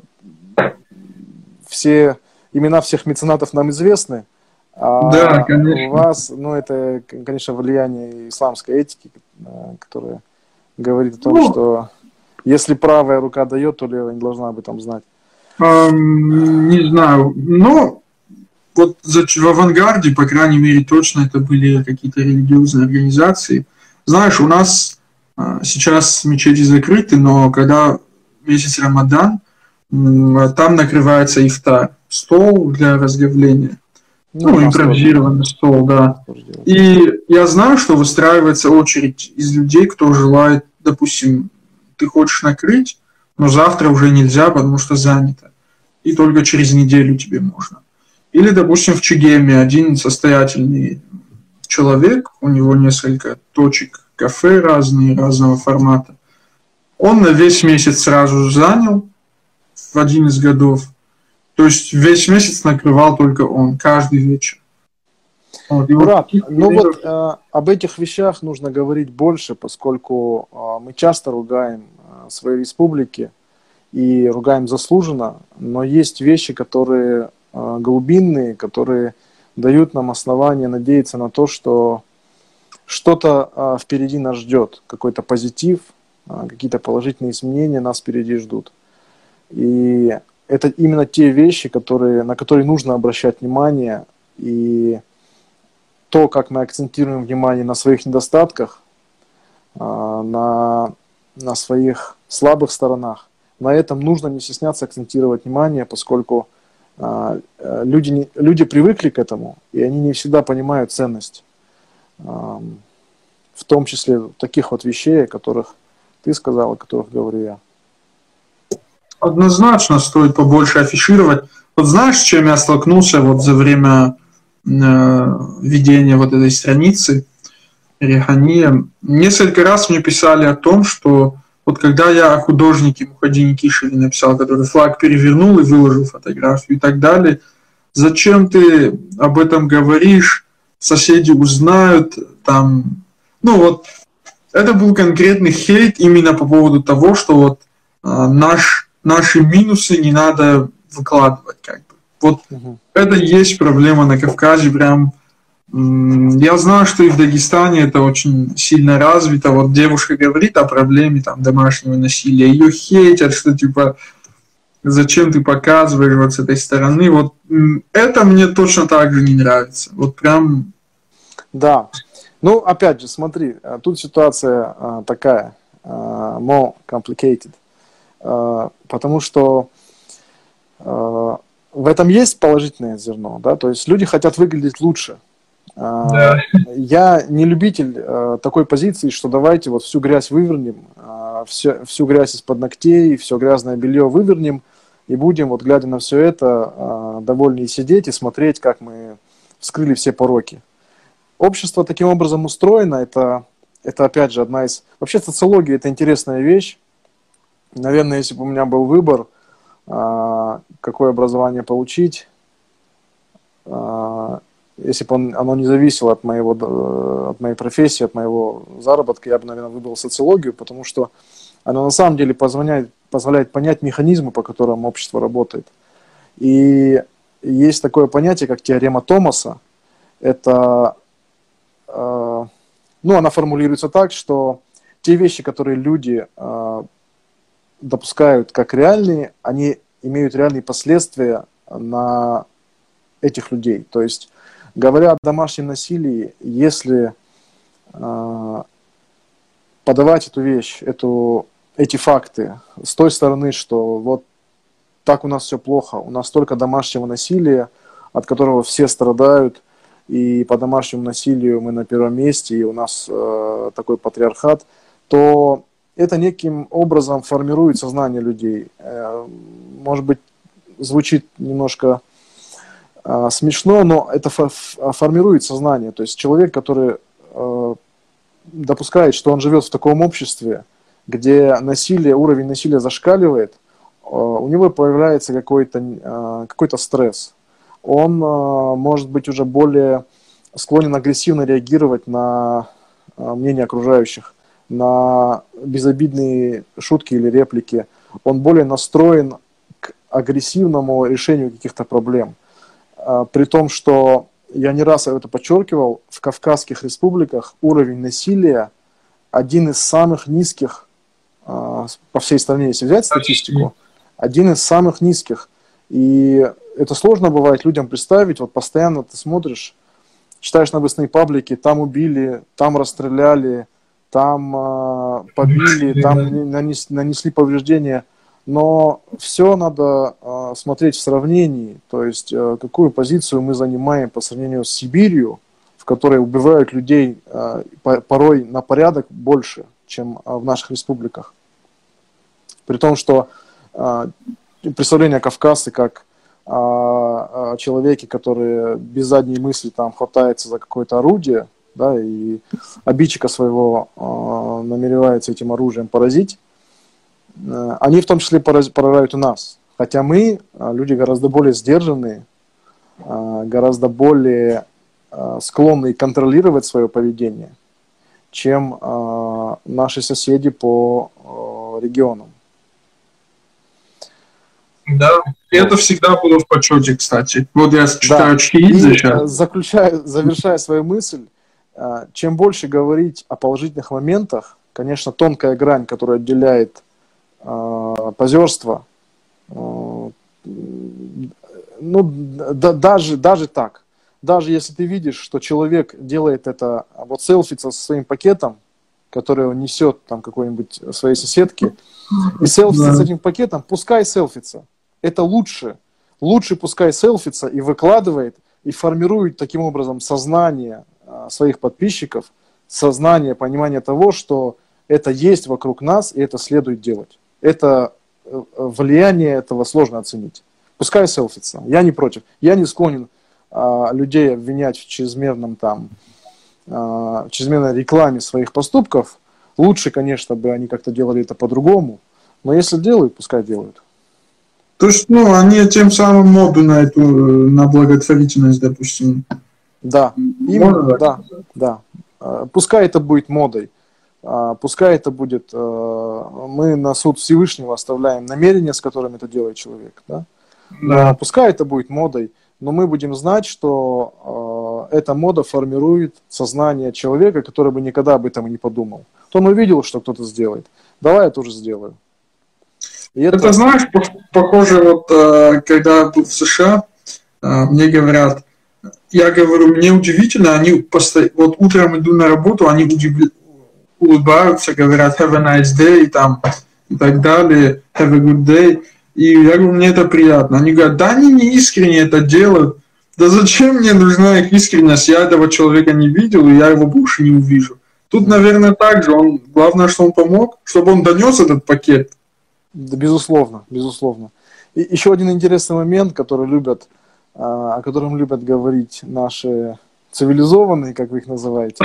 Speaker 2: все имена всех меценатов нам известны. А
Speaker 1: да, конечно.
Speaker 2: У вас, ну, это, конечно, влияние исламской этики, которая говорит о том, ну, что если правая рука дает, то левая не должна об этом знать.
Speaker 1: Эм, не знаю, но вот в авангарде, по крайней мере, точно это были какие-то религиозные организации. Знаешь, у нас э, сейчас мечети закрыты, но когда месяц Рамадан, э, там накрывается ифтар, стол для разговления. Ну, ну импровизированный стол, да. И я знаю, что выстраивается очередь из людей, кто желает, допустим, ты хочешь накрыть, но завтра уже нельзя, потому что занято. И только через неделю тебе можно. Или, допустим, в Чегеме один состоятельный человек, у него несколько точек кафе разные, разного формата. Он на весь месяц сразу занял в один из годов. То есть весь месяц накрывал только он, каждый вечер.
Speaker 2: Вот, Мурат, вот, ну примеров... вот э, об этих вещах нужно говорить больше, поскольку э, мы часто ругаем э, свои республики и ругаем заслуженно, но есть вещи, которые э, глубинные, которые дают нам основание надеяться на то, что что-то э, впереди нас ждет, какой-то позитив, э, какие-то положительные изменения нас впереди ждут. И это именно те вещи, которые, на которые нужно обращать внимание, и то, как мы акцентируем внимание на своих недостатках, на, на своих слабых сторонах, на этом нужно не стесняться акцентировать внимание, поскольку люди, люди привыкли к этому, и они не всегда понимают ценность, в том числе таких вот вещей, о которых ты сказал, о которых говорю я.
Speaker 1: Однозначно стоит побольше афишировать. Вот знаешь, с чем я столкнулся вот за время э, ведения вот этой страницы Рихания? Несколько раз мне писали о том, что Вот когда я о художнике Мухаддине Кишеве написал, который флаг перевернул и выложил фотографию и так далее, зачем ты об этом говоришь, соседи узнают, там, ну вот, это был конкретный хейт именно по поводу того, что вот а, наш, наши минусы не надо выкладывать, как бы. Вот угу. Это есть проблема на Кавказе, прям. Я знаю, что и в Дагестане это очень сильно развито. Вот девушка говорит о проблеме там домашнего насилия, ее хейтят, что типа зачем ты показываешь вот с этой стороны. Вот это мне точно так же не нравится. Вот прям.
Speaker 2: Да. Ну, опять же, смотри, тут ситуация а, такая, а, more complicated, а, потому что а, в этом есть положительное зерно, да, то есть люди хотят выглядеть лучше. Да. Я не любитель э, такой позиции, что давайте вот всю грязь вывернем, э, все, всю грязь из-под ногтей, все грязное белье вывернем и будем, вот глядя на все это, э, довольны сидеть и смотреть, как мы вскрыли все пороки. Общество таким образом устроено, это, это опять же одна из... Вообще социология – это интересная вещь. Наверное, если бы у меня был выбор, э, какое образование получить, э, если бы он, оно не зависело от, моего, от моей профессии, от моего заработка, я бы, наверное, выбрал социологию, потому что она на самом деле позволяет, позволяет понять механизмы, по которым общество работает. И есть такое понятие, как теорема Томаса. Это, э, ну, она формулируется так, что те вещи, которые люди э, допускают как реальные, они имеют реальные последствия на этих людей. То есть, говоря о домашнем насилии, если э, подавать эту вещь, эту, эти факты с той стороны, что вот так у нас все плохо, у нас столько домашнего насилия, от которого все страдают, и по домашнему насилию мы на первом месте, и у нас э, такой патриархат, то это неким образом формирует сознание людей. Э, может быть, звучит немножко э, смешно, но это фо- формирует сознание. То есть человек, который э, допускает, что он живет в таком обществе, где насилие, уровень насилия зашкаливает, э, у него появляется какой-то, э, какой-то стресс. Он э, может быть уже более склонен агрессивно реагировать на э, мнение окружающих, на безобидные шутки или реплики. Он более настроен к агрессивному решению каких-то проблем. Э, при том, что я не раз это подчеркивал, в Кавказских республиках уровень насилия один из самых низких э, по всей стране, если взять статистику, один из самых низких. И это сложно бывает людям представить, вот постоянно ты смотришь, читаешь новостные паблики, там убили, там расстреляли, там э, побили, там нанес, нанесли повреждения, но все надо э, смотреть в сравнении, то есть э, какую позицию мы занимаем по сравнению с Сибирью, в которой убивают людей э, порой на порядок больше, чем э, в наших республиках. При том, что э, представление о Кавказе как о, о человеке, который без задней мысли там хватается за какое-то орудие, да, и обидчика своего э, намеревается этим оружием поразить, э, они в том числе пораз, поражают и нас. Хотя мы, э, люди гораздо более сдержанные, э, гораздо более э, склонные контролировать свое поведение, чем э, наши соседи по э, регионам.
Speaker 1: Да, и это всегда было в почете, кстати. Вот я читаю
Speaker 2: да.
Speaker 1: Чхеидзе сейчас.
Speaker 2: Заключая, завершая свою мысль, чем больше говорить о положительных моментах, конечно, тонкая грань, которая отделяет э, позерство, э, ну, да, даже, даже так, даже если ты видишь, что человек делает это, вот селфится со своим пакетом, который он несет там какой-нибудь своей соседке, и селфится да. с этим пакетом, пускай селфится. Это лучше. Лучше пускай селфится и выкладывает, и формирует таким образом сознание а, своих подписчиков, сознание, понимание того, что это есть вокруг нас, и это следует делать. Это влияние этого сложно оценить. Пускай селфится. Я не против. Я не склонен а, людей обвинять в чрезмерном там, а, в чрезмерной рекламе своих поступков, Лучше, конечно, бы они как-то делали это по-другому, но если делают, пускай делают.
Speaker 1: То есть, ну, они тем самым моду на эту, на благотворительность, допустим.
Speaker 2: Да, именно, да, да. Пускай это будет модой, пускай это будет, мы на суд Всевышнего оставляем намерения, с которыми это делает человек, да? Да. Пускай это будет модой, но мы будем знать, что э, эта мода формирует сознание человека, который бы никогда об этом и не подумал. То он увидел, что кто-то сделает. Давай я тоже сделаю.
Speaker 1: И это... это, знаешь, похоже, вот когда был в США, мне говорят, я говорю, мне удивительно, они постоянно, вот утром иду на работу, они удив... улыбаются, говорят have a nice day, там, и так далее, have a good day. И я говорю, мне это приятно. Они говорят, да они не искренне это делают. Да зачем мне нужна их искренность? Я этого человека не видел, и я его больше не увижу. Тут, наверное, так же. Он, главное, что он помог, чтобы он донес этот пакет.
Speaker 2: Да, безусловно, безусловно. И еще один интересный момент, который любят, о котором любят говорить наши цивилизованные, как вы их называете,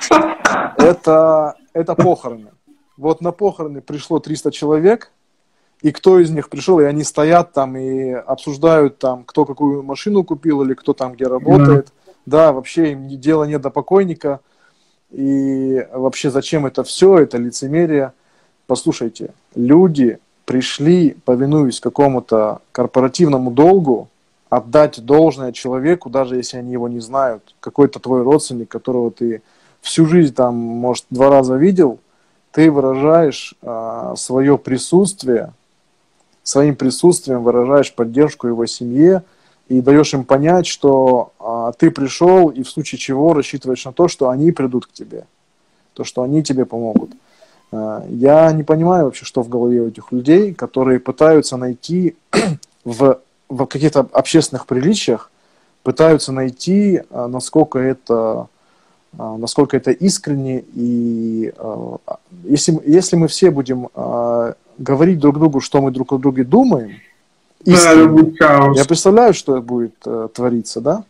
Speaker 2: это, это похороны. Вот на похороны пришло триста человек, и кто из них пришел, и они стоят там и обсуждают там, кто какую машину купил или кто там где работает. Mm-hmm. Да, вообще им дела нет до покойника. И вообще зачем это все, это лицемерие. Послушайте, люди пришли, повинуясь какому-то корпоративному долгу, отдать должное человеку, даже если они его не знают. Какой-то твой родственник, которого ты всю жизнь там, может, два раза видел, ты выражаешь а, свое присутствие, своим присутствием выражаешь поддержку его семье и даешь им понять, что а, ты пришел и в случае чего рассчитываешь на то, что они придут к тебе, то, что они тебе помогут. А, я не понимаю вообще, что в голове у этих людей, которые пытаются найти в, в каких-то общественных приличиях, пытаются найти, а, насколько это, а, насколько это искренне. И а, если, если мы все будем а, говорить друг другу, что мы друг о друге думаем, искренне, да, я представляю, что будет э, твориться, да?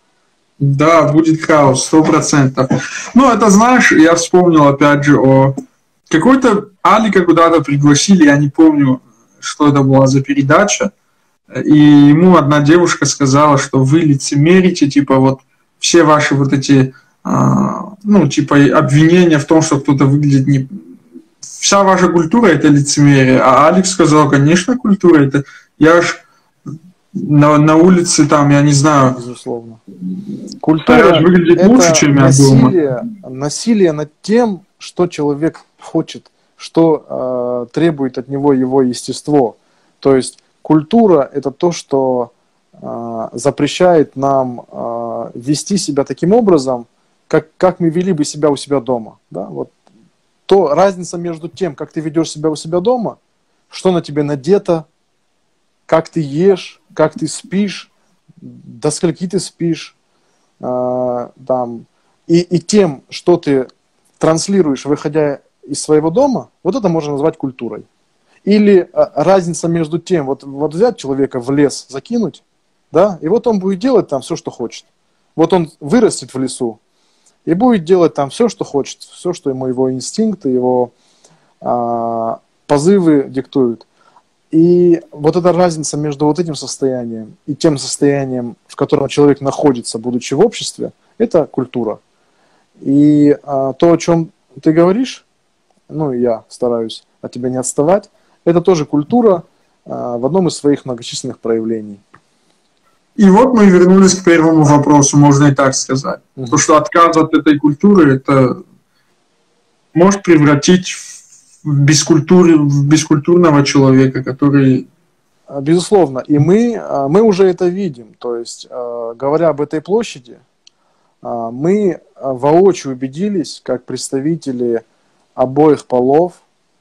Speaker 1: Да, будет хаос, сто процентов. Ну, это, знаешь, я вспомнил, опять же, о какой-то Алика куда-то пригласили, я не помню, что это была за передача, и ему одна девушка сказала, что вы лицемерите, типа, вот, все ваши вот эти, а, ну, типа, обвинения в том, что кто-то выглядит не... Вся ваша культура – это лицемерие. А Алекс сказал, конечно, культура – это... Я ж на, на улице там, я не знаю...
Speaker 2: Безусловно. Культура – выглядит это лучше, чем насилие, я дома. Насилие над тем, что человек хочет, что э, требует от него его естество. То есть культура – это то, что э, запрещает нам э, вести себя таким образом, как, как мы вели бы себя у себя дома. Да? Вот. То разница между тем, как ты ведешь себя у себя дома, что на тебе надето, как ты ешь, как ты спишь, до скольки ты спишь, э, там, и, и тем, что ты транслируешь, выходя из своего дома, вот это можно назвать культурой. Или э, разница между тем, вот, вот взять человека в лес, закинуть, да, и вот он будет делать там все, что хочет. Вот он вырастет в лесу, и будет делать там все, что хочет, все, что ему его инстинкты, его а, позывы диктуют. И вот эта разница между вот этим состоянием и тем состоянием, в котором человек находится, будучи в обществе, это культура. И а, то, о чем ты говоришь, ну и я стараюсь от тебя не отставать, это тоже культура а, в одном из своих многочисленных проявлений.
Speaker 1: И вот мы вернулись к первому вопросу, можно и так сказать. Mm-hmm. То, что отказ от этой культуры, это может превратить в, бескультур... в бескультурного человека, который...
Speaker 2: Безусловно. И мы, мы уже это видим. То есть, говоря об этой площади, мы воочию убедились, как представители обоих полов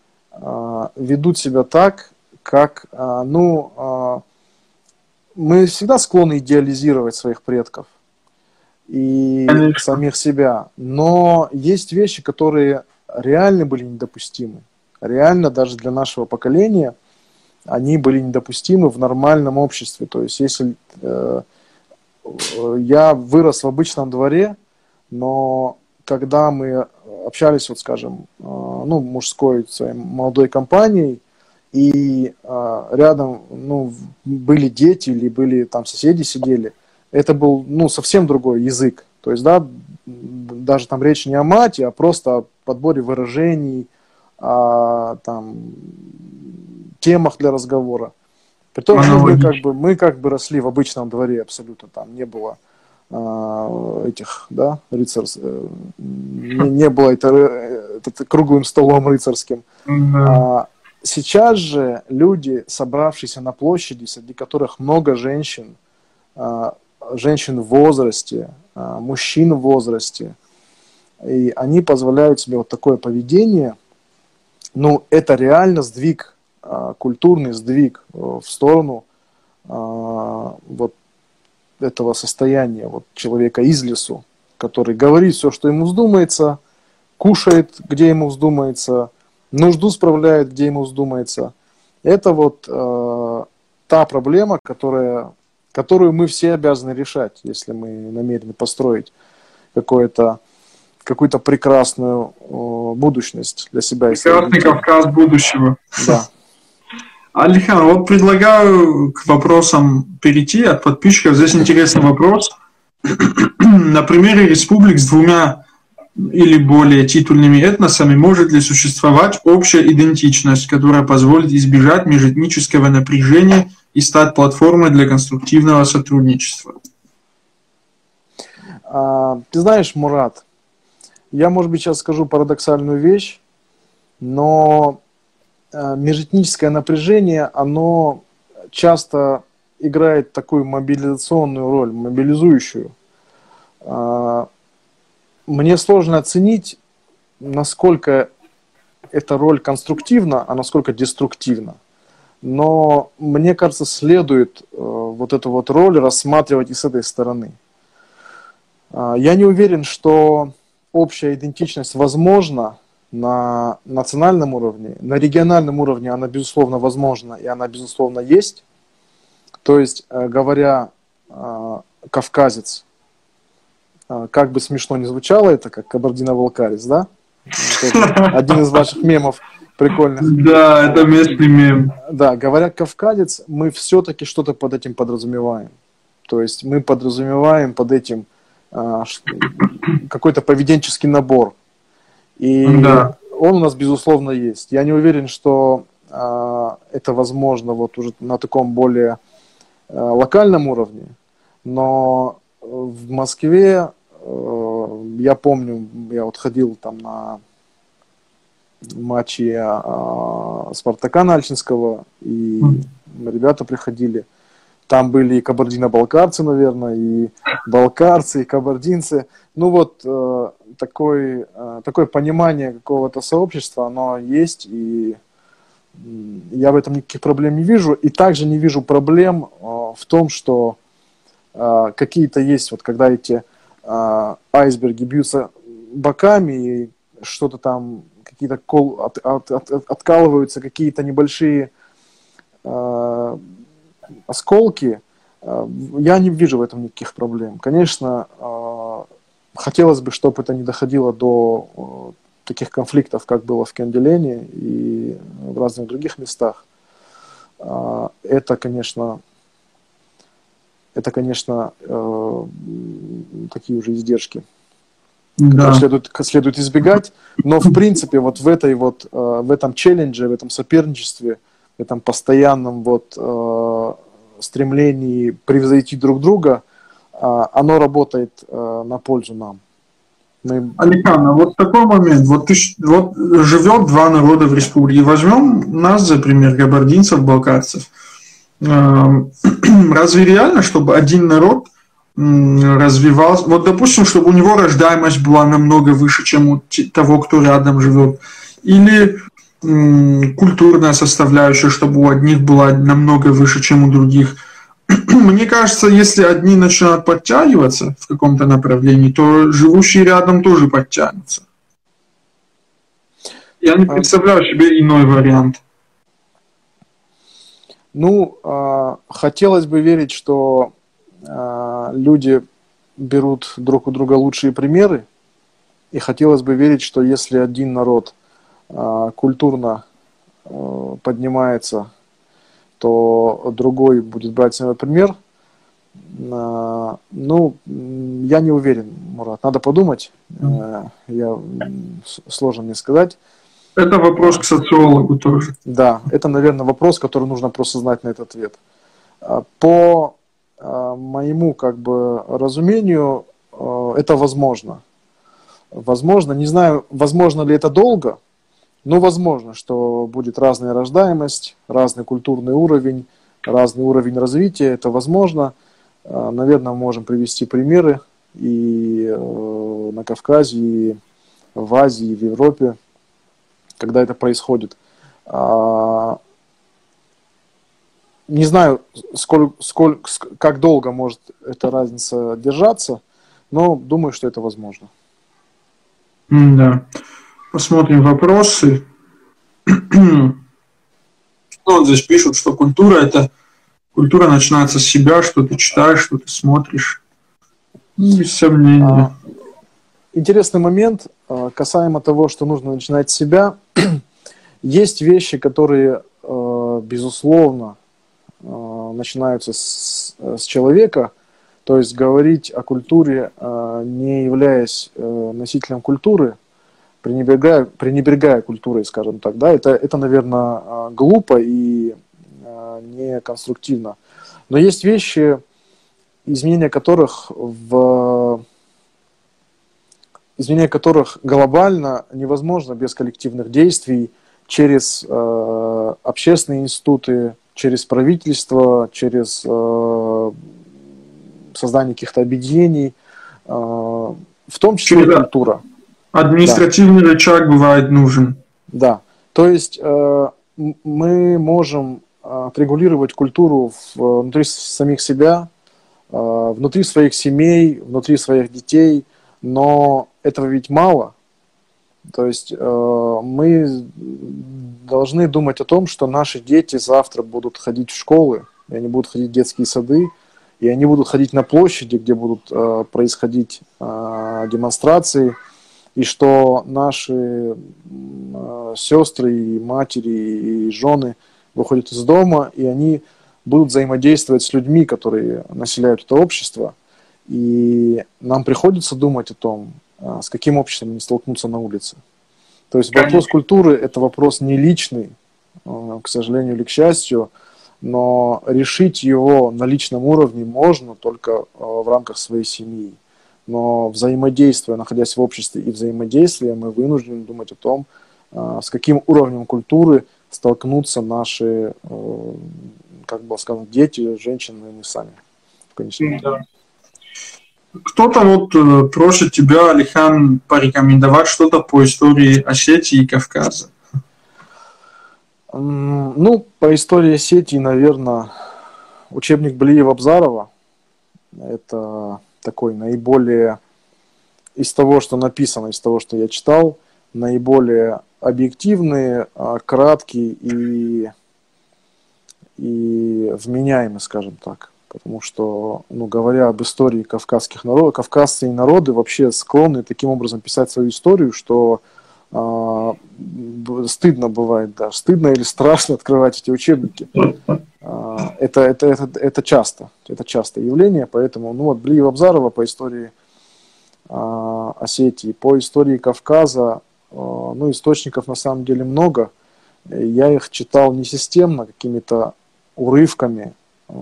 Speaker 2: ведут себя так, как, ну... Мы всегда склонны идеализировать своих предков и Конечно. самих себя. Но есть вещи, которые реально были недопустимы. Реально даже для нашего поколения они были недопустимы в нормальном обществе. То есть если э, я вырос в обычном дворе, но когда мы общались, вот скажем, ну, мужской своей молодой компанией, и рядом, ну, были дети или были там соседи сидели, это был, ну, совсем другой язык. То есть, да, даже там речь не о мате, а просто о подборе выражений, о там, темах для разговора. При том, что мы как бы, мы как бы росли в обычном дворе абсолютно, там не было э, этих, да, рыцарс, э, не, не было это, это круглым столом рыцарским.
Speaker 1: Mm-hmm.
Speaker 2: А сейчас же люди, собравшиеся на площади, среди которых много женщин, э, женщин в возрасте, э, мужчин в возрасте, и они позволяют себе вот такое поведение, ну, это реально сдвиг, культурный сдвиг в сторону вот этого состояния вот человека из лесу, который говорит все, что ему вздумается, кушает, где ему вздумается, нужду справляет, где ему вздумается. Это вот э, та проблема, которая, которую мы все обязаны решать, если мы намерены построить какое-то, какую-то прекрасную э, будущность для себя.
Speaker 1: Прекрасный Кавказ будущего.
Speaker 2: Да.
Speaker 1: Алихан, вот предлагаю к вопросам перейти от подписчиков. Здесь интересный вопрос. На примере республик с двумя или более титульными этносами может ли существовать общая идентичность, которая позволит избежать межэтнического напряжения и стать платформой для конструктивного сотрудничества?
Speaker 2: А, ты знаешь, Мурат, я, может быть, сейчас скажу парадоксальную вещь, но межэтническое напряжение, оно часто играет такую мобилизационную роль, мобилизующую. Мне сложно оценить, насколько эта роль конструктивна, а насколько деструктивна. Но мне кажется, следует вот эту вот роль рассматривать и с этой стороны. Я не уверен, что общая идентичность возможна на национальном уровне. На региональном уровне она, безусловно, возможна, и она, безусловно, есть. То есть, говоря кавказец, как бы смешно ни звучало это, как кабардино-балкарец, да? Один из ваших мемов прикольных.
Speaker 1: Да, это местный мем.
Speaker 2: Да, говоря кавказец, мы все-таки что-то под этим подразумеваем. То есть мы подразумеваем под этим какой-то поведенческий набор. И да. Он у нас, безусловно, есть. Я не уверен, что э, это возможно вот уже на таком более э, локальном уровне, но в Москве, э, я помню, я вот ходил там на матчи э, Спартака Нальчинского, и mm. ребята приходили. Там были и кабардино-балкарцы, наверное, и балкарцы, и кабардинцы. Ну вот э, такой, э, такое понимание какого-то сообщества, оно есть, и я в этом никаких проблем не вижу. И также не вижу проблем э, в том, что э, какие-то есть, вот когда эти э, айсберги бьются боками, и что-то там, какие-то кол, от, от, от, откалываются, какие-то небольшие э, осколки, я не вижу в этом никаких проблем. Конечно, хотелось бы, чтобы это не доходило до таких конфликтов, как было в Кенделене и в разных других местах. Это, конечно, это, конечно, такие уже издержки, да. которые следует, следует избегать. Но, в принципе, вот в, этой вот, в этом челлендже, в этом соперничестве, в этом постоянном вот, э, стремлении превзойти друг друга, э, оно работает э, на пользу нам. Мы...
Speaker 1: Алихан, а вот такой момент. Вот, ты, вот живет два народа в республике. Возьмем нас за пример, кабардинцев, балкарцев. Э, разве реально, чтобы один народ развивался? Вот, допустим, чтобы у него рождаемость была намного выше, чем у того, кто рядом живет. Или культурная составляющая, чтобы у одних была намного выше, чем у других. Мне кажется, если одни начинают подтягиваться в каком-то направлении, то живущие рядом тоже подтянутся. Я не представляю себе иной вариант.
Speaker 2: Ну, э, хотелось бы верить, что э, люди берут друг у друга лучшие примеры, И хотелось бы верить, что если один народ э, культурно э, поднимается, то другой будет брать с него пример. Э, ну, я не уверен, Мурат. Надо подумать. Э, я, сложно мне сказать.
Speaker 1: Это вопрос к социологу тоже.
Speaker 2: Да, это, наверное, вопрос, который нужно просто знать на этот ответ. По моему как бы разумению, это возможно. Возможно, не знаю, возможно ли это долго, но возможно, что будет разная рождаемость, разный культурный уровень, разный уровень развития. Это возможно. Наверное, можем привести примеры и на Кавказе, и в Азии, и в Европе, когда это происходит. Не знаю, сколь, сколь, как долго может эта разница держаться, но думаю, что это возможно.
Speaker 1: Да. Посмотрим вопросы. Ну, вот здесь пишут, что культура это культура начинается с себя, что ты читаешь, что ты смотришь. Без сомнения.
Speaker 2: Интересный момент касаемо того, что нужно начинать с себя. Есть вещи, которые, безусловно, начинаются с, с человека, то есть говорить о культуре, не являясь носителем культуры, пренебрегая, пренебрегая культурой, скажем так, да, это, это, наверное, глупо и не конструктивно. Но есть вещи, изменения которых в изменения которых глобально невозможно без коллективных действий через э, общественные институты, через правительство, через э, создание каких-то объединений, э, в том числе и культура.
Speaker 1: Административный да. рычаг бывает нужен.
Speaker 2: Да, то есть э, мы можем отрегулировать культуру в, внутри самих себя, э, внутри своих семей, внутри своих детей, но этого ведь мало. То есть э, мы должны думать о том, что наши дети завтра будут ходить в школы, и они будут ходить в детские сады, и они будут ходить на площади, где будут э, происходить э, демонстрации, и что наши э, сестры, и матери, и жены выходят из дома, и они будут взаимодействовать с людьми, которые населяют это общество. И нам приходится думать о том, с каким обществом они столкнутся на улице. То есть вопрос культуры – это вопрос не личный, к сожалению или к счастью, но решить его на личном уровне можно только в рамках своей семьи. Но взаимодействуя, находясь в обществе и взаимодействуя, мы вынуждены думать о том, с каким уровнем культуры столкнутся наши, как было сказано, дети, женщины и мы сами. Конечно.
Speaker 1: Кто-то вот э, просит тебя, Алихан, порекомендовать что-то по истории Осетии и Кавказа.
Speaker 2: Ну, по истории Осетии, наверное, учебник Блиева-Абзарова. Это такой наиболее, из того, что написано, из того, что я читал, наиболее объективный, краткий и, и вменяемый, скажем так. Потому что, ну, говоря об истории кавказских народов, кавказские народы вообще склонны таким образом писать свою историю, что э, стыдно бывает даже, стыдно или страшно открывать эти учебники. Э, это, это, это, это часто, это частое явление, поэтому, ну, вот Блиева-Абзарова по истории э, Осетии, по истории Кавказа, э, ну, источников на самом деле много. Я их читал не системно, какими-то урывками.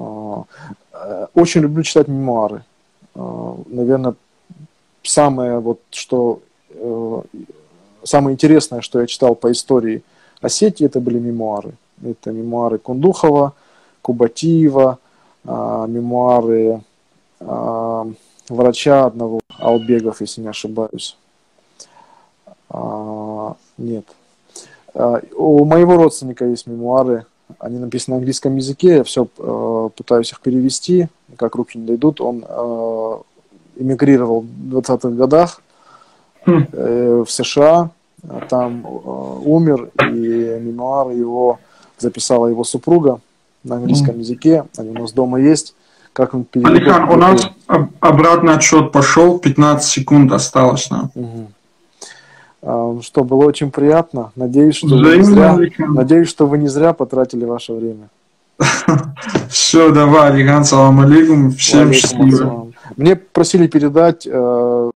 Speaker 2: Очень люблю читать мемуары. Наверное, самое, вот, что, самое интересное, что я читал по истории Осетии, это были мемуары. Это мемуары Кундухова, Кубатиева, мемуары врача одного, Албегов, если не ошибаюсь. Нет. У моего родственника есть мемуары. Они написаны на английском языке, я все э, пытаюсь их перевести, как руки не дойдут. Он э, эмигрировал в двадцатых годах э, в США, там э, умер, и мемуары его записала его супруга на английском mm. языке. Они у нас дома есть. Как он переведет?
Speaker 1: Алихан, у нас обратный отсчет пошел, пятнадцать секунд осталось нам.
Speaker 2: Угу. Что, было очень приятно. Надеюсь, что вы не зря, надеюсь, что вы не зря потратили ваше время.
Speaker 1: Все, давай, Алихан, салам алейкум, всем счастливо.
Speaker 2: Мне просили передать